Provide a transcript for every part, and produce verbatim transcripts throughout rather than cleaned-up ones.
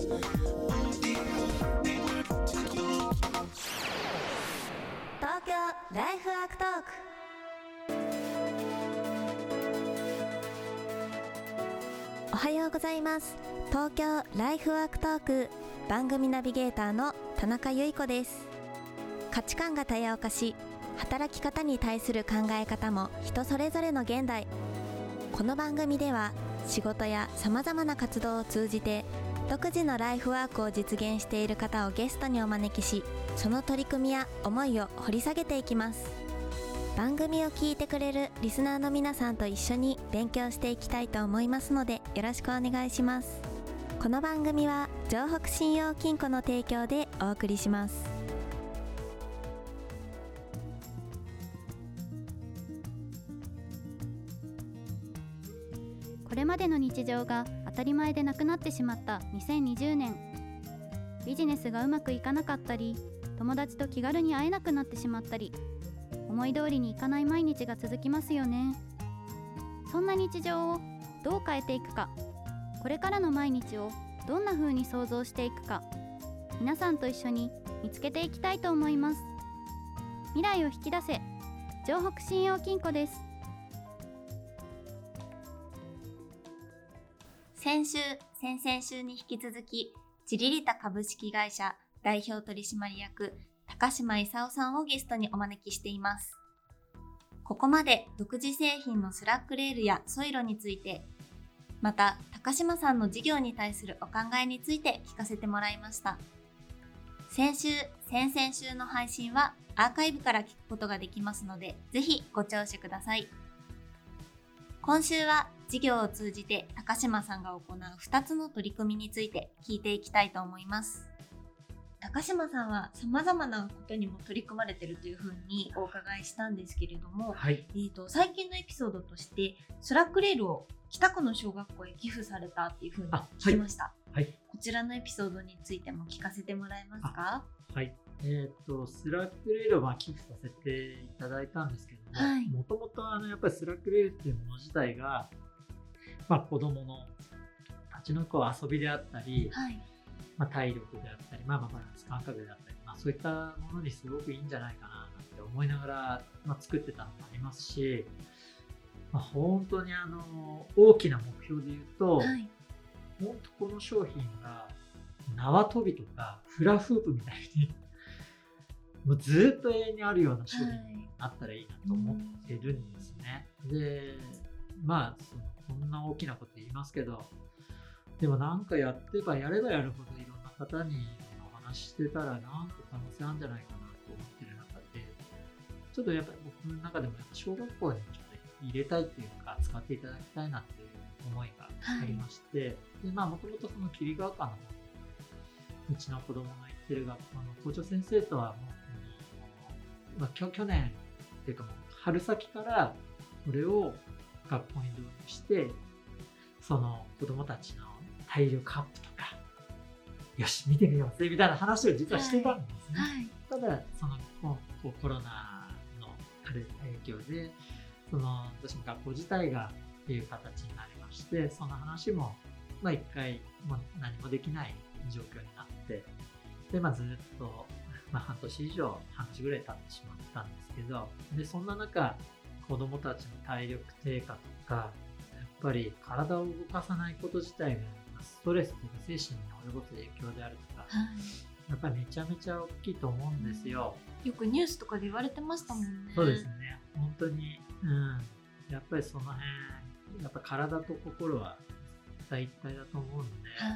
東京ライフワークトーク。おはようございます。東京ライフワークトーク番組ナビゲーターの田中由衣子です。価値観が多様化し、働き方に対する考え方も人それぞれの現代。この番組では仕事やさまざまな活動を通じて独自のライフワークを実現している方をゲストにお招きし、その取り組みや思いを掘り下げていきます。番組を聞いてくれるリスナーの皆さんと一緒に勉強していきたいと思いますので、よろしくお願いします。この番組は城北信用金庫の提供でお送りします。 これまでの日常が当たり前でなくなってしまったにせんにじゅうねん。ビジネスがうまくいかなかったり、友達と気軽に会えなくなってしまったり、思い通りにいかない毎日が続きますよね。そんな日常をどう変えていくか、これからの毎日をどんな風に想像していくか、皆さんと一緒に見つけていきたいと思います。未来を引き出せ、城北信用金庫です。 先週、先々週に引き続き、ジリリタ株式会社代表取締役高島勲さんをゲストにお招きしています。ここまで独自製品のスラックレールやソイロについて、また高島さんの事業に対するお考えについて聞かせてもらいました。先週、先々週の配信はアーカイブから聞くことができますので、ぜひご聴取ください。今週は事業を通じて高島さんが行うふたつの取り組みについて聞いていきたいと思います。高島さんは様々なことにも取り組まれているというふうにお伺いしたんですけれども、 はい、 えーと、最近のエピソードとしてスラックレールを北区の小学校へ寄付されたっていうふうに聞きました。 はいはい、 こちらのエピソードについても聞かせてもらえますか？ はい、えーと、スラックレールをまあ寄付させていただいたんですけども、もともとやっぱりスラックレールっていうもの自体が、まあ、子どものたちのこう遊びであったり、はい、まあ、体力であったり、まあ、まあバランス感覚であったり、まあ、そういったものにすごくいいんじゃないかななんて思いながら、まあ、作ってたのもありますし、まあ、本当にあの大きな目標で言うと、はい、本当この商品が縄跳びとかフラフープみたいにもうずっと永遠にあるような商品になったらいいなと思ってるんですね。はい、で、まあそのこんな大きなこと言いますけど、でもなんかやってばやればやるほどいろんな方にお話ししてたらなんか可能性あるんじゃないかなと思ってる中で、ちょっとやっぱり僕の中でも小学校にちょっと入れたいっていうか使っていただきたいなっていう思いがありまして、はい、でまあもともとその霧ヶ丘のうちの子供の行ってる学校の校長先生とはもう、まあ、去年っていうかもう春先からこれを学校に導入して、その子供たちの体力アップとか、よし見てみようぜみたいな話を実はしてたんですね。はいはい、ただそのコロナの影響でそのどうしても学校自体がっていう形になりまして、その話もまあ一回もう何もできない状況になって、でまあずっと、まあ、半年以上半年ぐらい経ってしまったんですけど、でそんな中子どもたちの体力低下とか、やっぱり体を動かさないこと自体がストレスとか精神に及ぼす影響であるとか、はい、やっぱりめちゃめちゃ大きいと思うんですよ。 よくニュースとかで言われてましたもんね。 そうですね、本当に、うん、やっぱりその辺やっぱ体と心は一体だと思うんで、はい、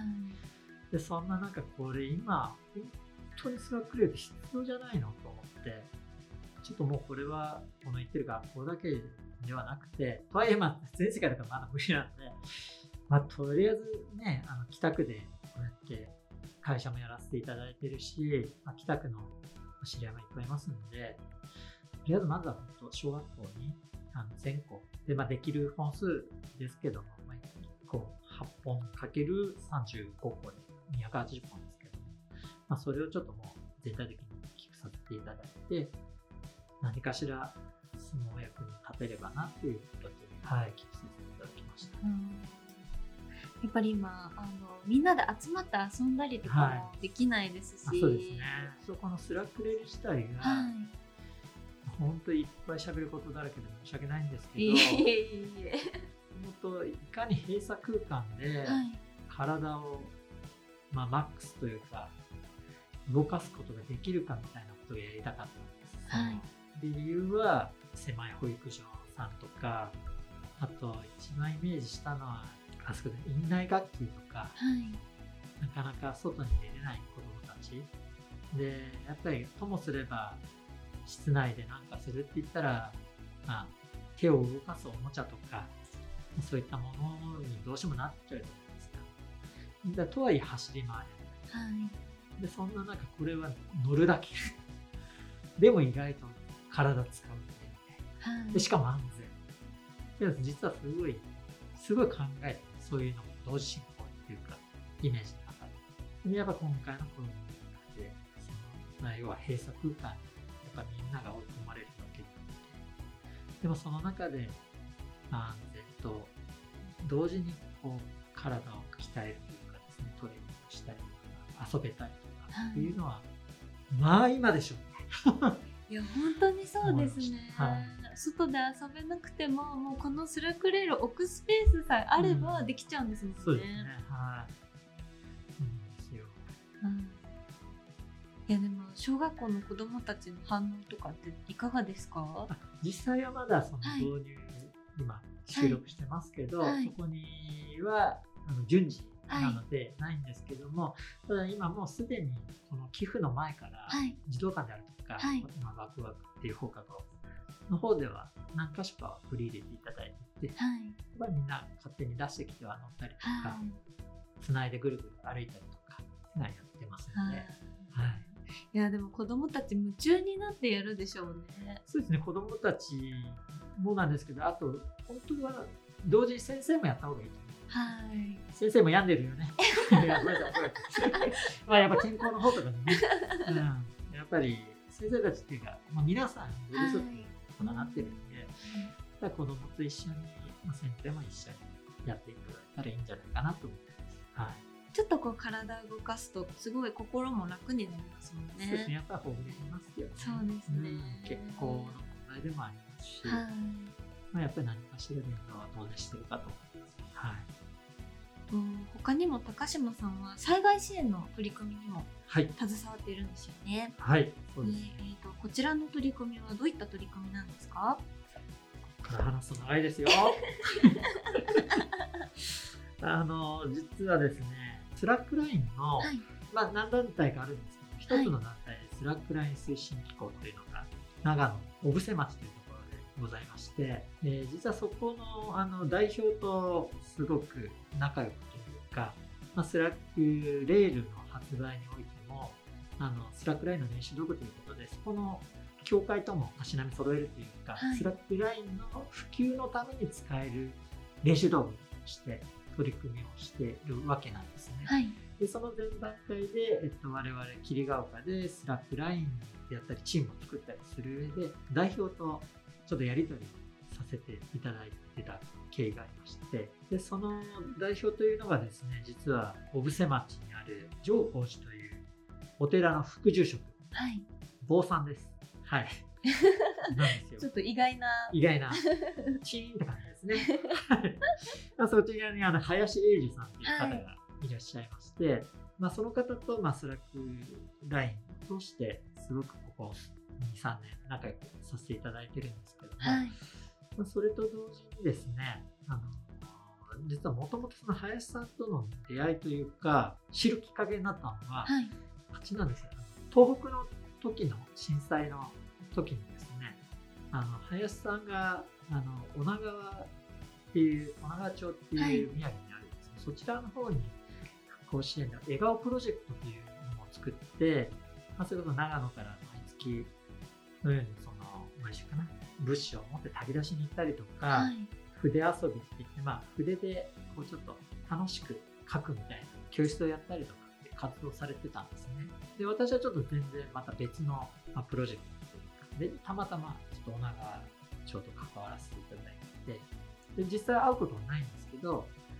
でそんな中これ今本当にスラックレール必要じゃないのと思って、ちょっともうこれはこの行ってる学校だけではなくて、とはいえまあ全世界だからまだ無理なんで、まあ、とりあえずね、あの北区でこうやって会社もやらせていただいてるし、まあ、北区の知り合いもいっぱいいますので、とりあえずまずは本当小学校にあの全校で、まあ、できる本数ですけども、まあ、いっこはっぽんかけるさんじゅうごこでにひゃくはちじゅっぽんですけども、まあ、それをちょっともう全体的に寄付させていただいて、何かしらそのお役に立てればなっていうことで、はい、寄付させていただきました。 うん、やっぱり今あのみんなで集まって遊んだりとかもできないですし、 はい、そうですね。そこのスラックレール自体が、はい、本当にいっぱい喋ることだらけで申し訳ないんですけど、いえいえ本当いかに閉鎖空間で体を、まあ、マックスというか動かすことができるかみたいなことをやりたかったんです。はい、で理由は狭い保育所さんとか、あと一番イメージしたのはあそこで院内学級とか、はい、なかなか外に出れない子どもたちで、やっぱりともすれば室内で何かするって言ったら、まあ、手を動かすおもちゃとかそういったものにどうしてもなっちゃうじゃないですか。だとはいえ走り回れる、はい、でそんな中これは乗るだけでも意外と体使うので、はい、でしかも安全で実はすごいすごい考えてそういうのも同時進行っていうかイメージの中で、やっぱ今回のこの中でその要は閉鎖空間にやっぱみんなが追い込まれるわけで、でもその中で安全と同時にこう体を鍛えるというかですね、トレーニングしたりとか遊べたりとかっていうのは、はい、まあ今でしょういや本当にそうですね、はい、外で遊べなくてももうこのスラックレール置くスペースさえあればできちゃうんですもんね、うん、 そうですね、はい、そうですよ、うん、 いやでも小学校の子どもたちの反応とかっていかがですか？ 実際はまだその導入、はい、今収録してますけど、はい、そこにはあの順次なのでないんですけども、はい、ただ今もうすでにこの寄付の前から児童館であるとか、はい、今ワクワクっていう放課後の方では何か所かは取り入れていただいていて、はい、やっぱりみんな勝手に出してきては乗ったりとか、はい、つないでぐるぐる歩いたりとかってのはやってますので、はいはい、いやでも子どもたち夢中になってやるでしょうね。 そうですね、子どもたちもなんですけど、あと本当は同時に先生もやった方がいいと思う。はい、先生も病んでるよねまあやっぱ健康の方とかね、うん、やっぱり先生たちっていうか、まあ、皆さん寄り添ってことになってるんで、はい、子どもと一緒に、まあ、先生も一緒にやっていただいたらいいんじゃないかなと思ってます、はい、 ちょっとこう体を動かすとすごい心も楽になりますもんね。 そうですね、やっぱりほぐれますよね。 そうですね、うん、 健康の問題でもありますし、はい、まあ、やっぱり何かしらみんなは遠出してるかと思います、はい。 他にも高島さんは災害支援の取り組みにも携わっているんですよね。 はい、そうですね。 えーと、こちらの取り組みはどういった取り組みなんですか？ ここから話すと長いですよあの実はですね、スラックラインの、はい、まあ、何団体かあるんですけど、一つの団体でスラックライン推進機構というのが長野小布施町というところでございまして、えー、実はそこ の, あの代表とすごく仲良くというか、まあ、スラックレールの発売においてもあのスラックラインの練習道具ということで、そこの協会とも足並み揃えるというか、はい、スラックラインの普及のために使える練習道具として取り組みをしているわけなんですね、はい、でその前段階で、えっと、我々桐ヶ丘でスラックラインでやったりチームを作ったりする上で代表とちょっとやり取りをさせていただいてた経緯がありまして、でその代表というのがですね、実は小布施町にある上皇寺というお寺の副住職、はい、坊さんです。はい。なんですよ。 ちょっと意外な。 意外な。チーンって感じですね。まあ、そちらにあの林英二さんという方がいらっしゃいまして、はい、まあ、その方とまあスラックラインを通してすごくここに、さんねん仲良くさせていただいてるんですけども、はい、まあ、それと同時にですね、あの実はもともとその林さんとの出会いというか知るきっかけになったのは、はい、あっちなんですよ。東北の時の震災の時にですね、あの林さんがあの女川っていう女川町っていう宮城にあるんですけど、はい、そちらの方に復興支援の笑顔プロジェクトというのを作って、まあ、それこそ長野から毎月のようにその毎週かな物資を持って炊き出しに行ったりとか、はい、筆遊びって言って、まあ、筆でこうちょっと楽しく書くみたいな教室をやったりとかって活動されてたんですね。で私はちょっと全然また別の、まあ、プロジェクトというかでたまたまちょっと女川町と関わらせていただいて、で実際会うことはないんですけど、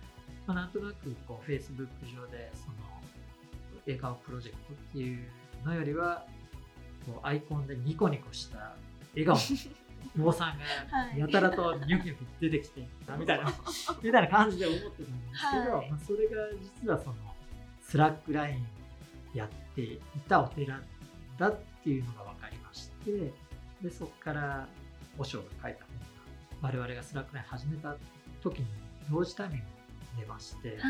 まあ、なんとなくこう Facebook 上でその笑顔プロジェクトっていうのよりはこうアイコンでニコニコした笑顔の坊さんがやたらとニョキニョキ出てきてみたいなみたいな感じで思ってたんですけど、はい、まあ、それが実はそのスラックラインをやっていたお寺だっていうのが分かりまして、でそこから和尚が書いた本が我々がスラックライン始めた時に同時タイミングで出まして、はい、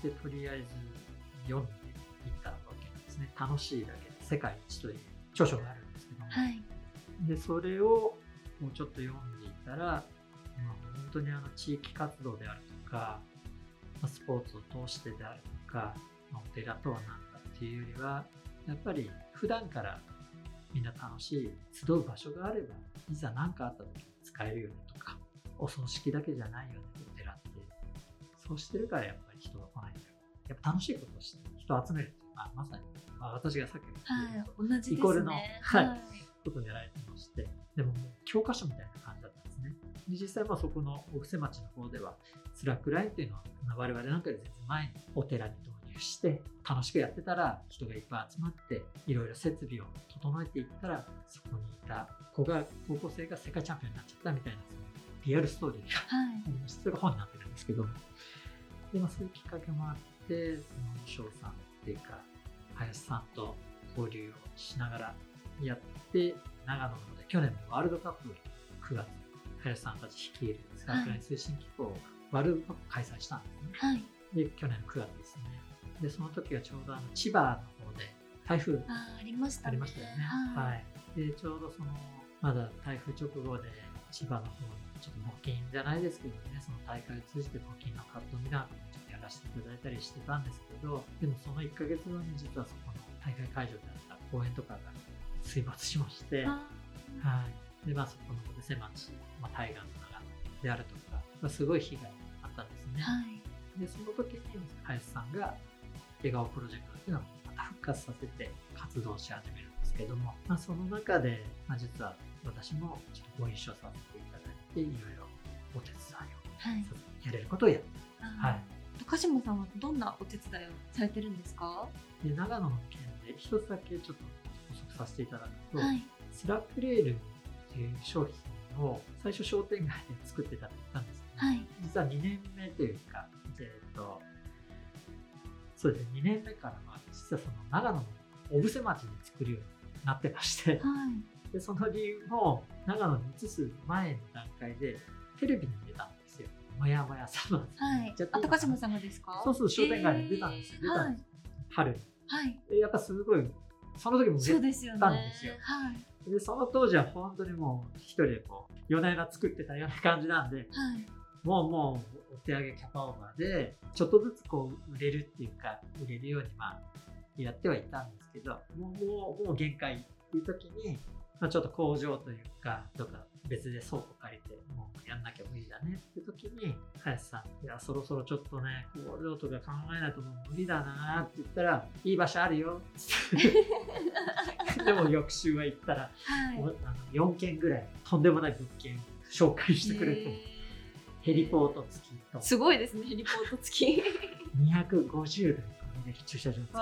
でとりあえず読んでいったわけなんですね。楽しいだけで世界一という著書があるんですけども、はい、でそれをもうちょっと読んでいたら、まあ、本当にあの地域活動であるとか、まあ、スポーツを通してであるとか、まあ、お寺とは何だっていうよりはやっぱり普段からみんな楽しい集う場所があればいざ何かあった時に使えるよねとか、お葬式だけじゃないよねお寺って、そうしてるからやっぱり人が来ないんだよ。やっぱ楽しいことをして人を集めるっていうのはまさに、まあ、私がさっき言った同じですね、 イコールの、 はいはい、ことをやられてまして、でももう教科書みたいな感じだったんですね。で実際まあそこの小布施町の方ではスラックラインっていうのは我々なんかより全然前にお寺に導入して楽しくやってたら人がいっぱい集まっていろいろ設備を整えていったらそこにいた子が高校生が世界チャンピオンになっちゃったみたいなそのリアルストーリーがありまして、それが本になってるんですけども、で、まあ、そういうきっかけもあってその翔さんっていうか林さんと交流をしながらやって長野の方で去年のワールドカップをくがつ林さんたち率いるスラックライン推進機構がワールドカップ開催したんですね、はい、で去年のくがつですね。でその時はちょうどあの千葉の方で台風 あ, ありましたね。ありましたよね、はいはい、でちょうどそのまだ台風直後で千葉の方にちょっと募金じゃないですけどね、その大会を通じて募金の活動みたいなのをちょっとやらせていただいたりしてたんですけど、でもそのいっかげつごに実はそこの大会会場であった公園とかが水没しまして、はい、でまあそこの小布施町、まあ、対岸の長野であるとか、まあ、すごい被害があったんですね、はい、でその時に林さんが笑顔プロジェクトっていうのをまた復活させて活動し始めるんですけども、まあ、その中で、まあ、実は私もちょっとご一緒させていただいていろいろお手伝いを、はい、やれることをやっています、はい、 高島さんはどんなお手伝いをされてるんですか？ で長野の県で一つだけちょっと補足させていただくと、はい、スラックレールっていう商品を最初商店街で作っていただいたんですけど、はい、実はにねんめというか、えー、とそうですねにねんめからは実はその長野の小布施町で作るようになってまして、はい、でその理由も長野に移す前の段階でテレビに出たんですよ。もやもやサマーズ、 はい、あ高島さんがですか？ そうそう商店街で出たんですよ、えー、出たんです、はい、春に、はい、でやっぱすごいその時も出たんですよ。そうですよね、はい、でその当時は本当にもう一人でこう夜な夜な作ってたような感じなんで、はい、もうもうお手上げキャパオーバーでちょっとずつこう売れるっていうか売れるようにまあやってはいたんですけど、もうもうもう限界っていう時に、まあ、ちょっと工場というかとか別で倉庫借りてもうやんなきゃ無理だねって時に林さん、いやそろそろちょっとね工場とか考えないともう無理だなって言ったら、いい場所あるよってでも翌週は行ったら、はい、あのよんけんぐらいとんでもない物件紹介してくれて、ヘリポート付きとすごいですね、ヘリポート付きにひゃくごじゅうだい止めれる駐車場付きと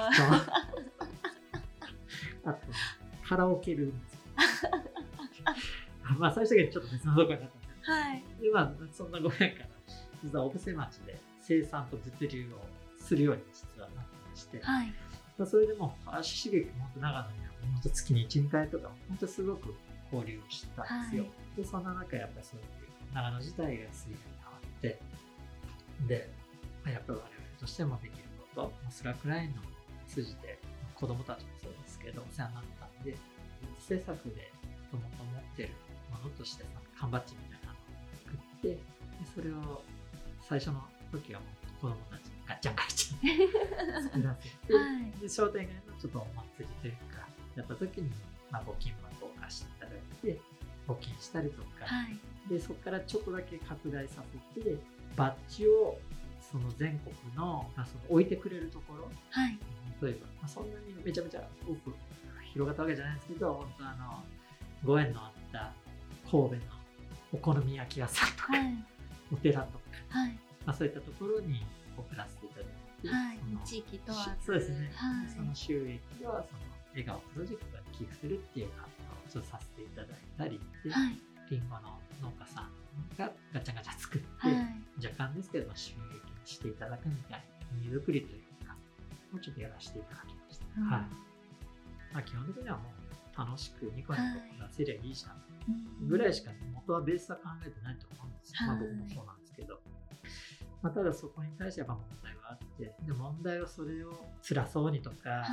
あとカラオケルーム付きまあ最初はちょっと別のところになったんです、はい、でまあそんなご縁から実は小布施町で生産と物流をするように実はなってまして、はい、まあ、それでも足しげく本当長野には本当月にいち、にかいとか本当すごく交流をしたんですよ、はい、でそんな中やっぱりそういう長野自体が水害に変わってで、まあ、やっぱり我々としてもできること、スラックラインの通じて子どもたちもそうですけどお世話になったんで、施策でもともと持ってるものとして缶バッジみたいなのを作って、でそれを最初の時はもう子どもたちにガッチャンガッチャン作らせて、はい、で商店街のちょっとお祭りというかやった時に、まあ、募金箱を貸していただいて募金したりとか、はい、でそこからちょっとだけ拡大させてバッジをその全国の、まあ、その置いてくれるところ、はい、例えば、まあ、そんなにめちゃめちゃ多く広がったわけじゃないんですけど、本当あのご縁のあった神戸のお好み焼き屋さんとか、はい、お寺とか、はい、 まあ、そういったところに送らせていただいて、 はい、 その地域問わず、 そうですね、 はい、 その収益はその笑顔プロジェクトに寄付するっていう活動をちょっとさせていただいたりで、 はい、 リンゴの農家さんがガチャガチャ作って、 はい、 若干ですけど収益にしていただくみたいな荷造りというかをちょっとやらせていただきました、うん、はい。まあ、基本的にはもう楽しくニコニコ出せりゃいいじゃんぐらいしか元はベースは考えてないと思うんですよ、はい、まあ、僕もそうなんですけど、まあ、ただそこに対してやっぱ問題はあって、で問題はそれを辛そうにとか、はい、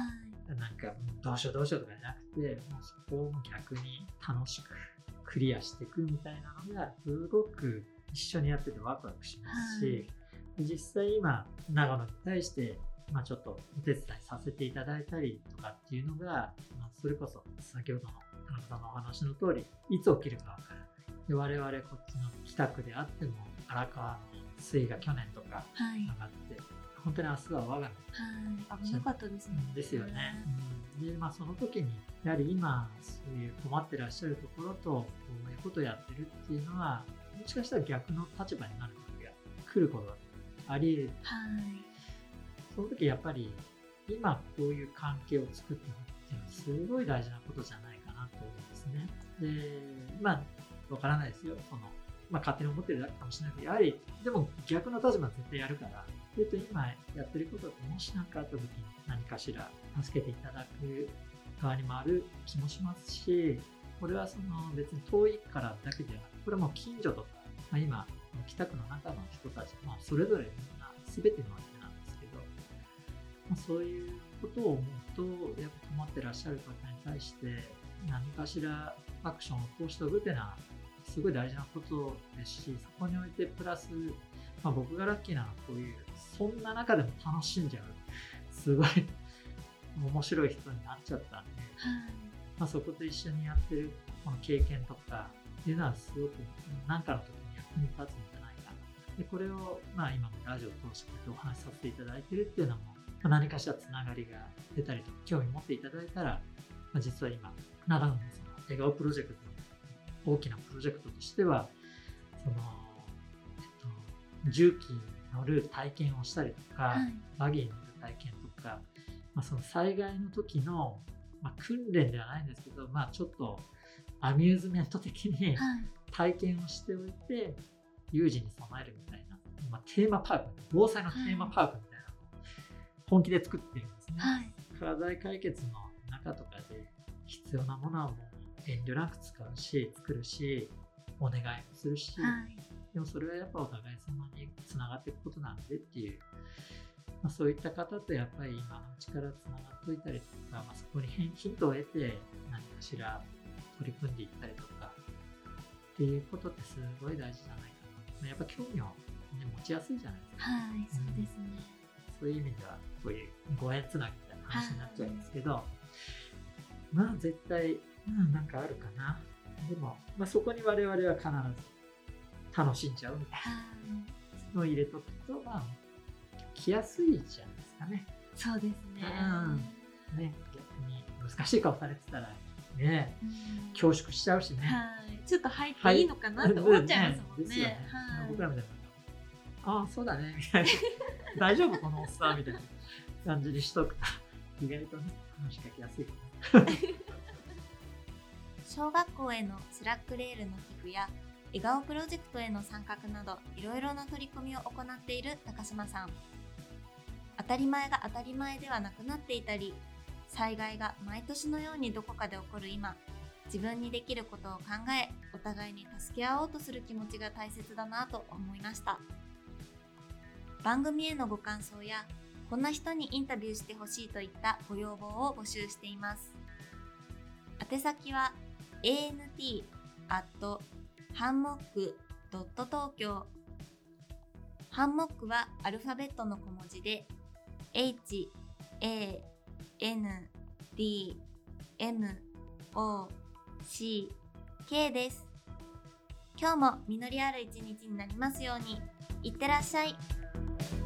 なんかどうしようどうしようとかじゃなくて、もうそこを逆に楽しくクリアしていくみたいなのがすごく一緒にやっててワクワクしますし、はい、実際今長野に対してまあちょっとお手伝いさせていただいたりとかっていうのが、まあ、それこそ先ほどの田中さんのお話の通り、いつ起きるかわからない。で我々こっちの北区であっても荒川の水位が去年とか上がって、はい、本当に明日は我が身、 はい、危なかったですね。 ですよね。うん、でまあその時にやはり今そういう困ってらっしゃるところとこういうことをやってるっていうのは、もしかしたら逆の立場になる時が来ることがあり得る。はい、その時やっぱり今こういう関係を作っていくっていうのはすごい大事なことじゃないかなと思うんですね。でまあわからないですよ、そのまあ、勝手に思ってるだけかもしれないけど、やはりでも逆の立場は絶対やるから、えっと、今やってることってもし何かあった時に何かしら助けていただく側にもある気もしますし、これはその別に遠いからだけではなく、これはもう近所とか、まあ、今北区の中の人たち、まあ、それぞれみんな全てのわけなんですけど、まあ、そういうことを思うとやっぱ困ってらっしゃる方に対して何かしらアクションを起こしておくっていうのはすごい大事なことですし、そこにおいてプラス、まあ、僕がラッキーなのはこういうそんな中でも楽しんじゃうすごい面白い人になっちゃったんで、まあ、そこと一緒にやってるこの経験とかっていうのはすごく何かの時に役に立つんじゃないかな。でこれをまあ今もラジオを通してお話しさせていただいてるっていうのも、まあ、何かしらつながりが出たりとか興味持っていただいたら、まあ、実は今長野のその笑顔プロジェクトの大きなプロジェクトとしては、その、えっと、重機に乗る体験をしたりとか、はい、バギーに乗る体験とか、まあ、その災害の時の、まあ、訓練ではないんですけど、まあ、ちょっとアミューズメント的に体験をしておいて、はい、有事に備えるみたいな、まあ、テーマパーク、防災のテーマパークみたいなのを本気で作ってるんですね。はい、課題解決の中とかで必要なものはもう遠慮なく使うし作るしお願いもするし、はい、でもそれはやっぱお互い様につながっていくことなんでっていう、まあ、そういった方とやっぱり今のうちからつながっといたりとか、まあ、そこにヒントを得て何かしら取り組んでいったりとかっていうことってすごい大事じゃないかな。やっぱ興味を、ね、持ちやすいじゃないですか。 はい、そうですね、 うん、そういう意味ではこういうご縁つなぎみたいな話になっちゃうんですけど、はい、まあ絶対うん、なんかあるかな。でも、まあ、そこに我々は必ず楽しんじゃうみたいなのを入れとくと、まあ、来やすいじゃないですかね。 そうですね。 うん、ね、逆に難しい顔されてたらね、うん、恐縮しちゃうしね。 はい、ちょっと入っていいのかなって思っちゃいますもんね。ですよね。 はい、僕らみたいな、ああ、そうだねみたいな、大丈夫このおっさんみたいな感じにしとくと意外とね、話しかけやすいかな。 小学校へのスラックレールの寄付や笑顔プロジェクトへの参画などいろいろな取り組みを行っている高島さん。当たり前が当たり前ではなくなっていたり、災害が毎年のようにどこかで起こる今、自分にできることを考え、お互いに助け合おうとする気持ちが大切だなと思いました。番組へのご感想やこんな人にインタビューしてほしいといったご要望を募集しています。宛先はエーエヌティー アット ハンモック ドット 東京。ハンモックはアルファベットの小文字で エイチ エー エヌ ディー エム オー シー ケー です。今日も実りある一日になりますように。いってらっしゃい。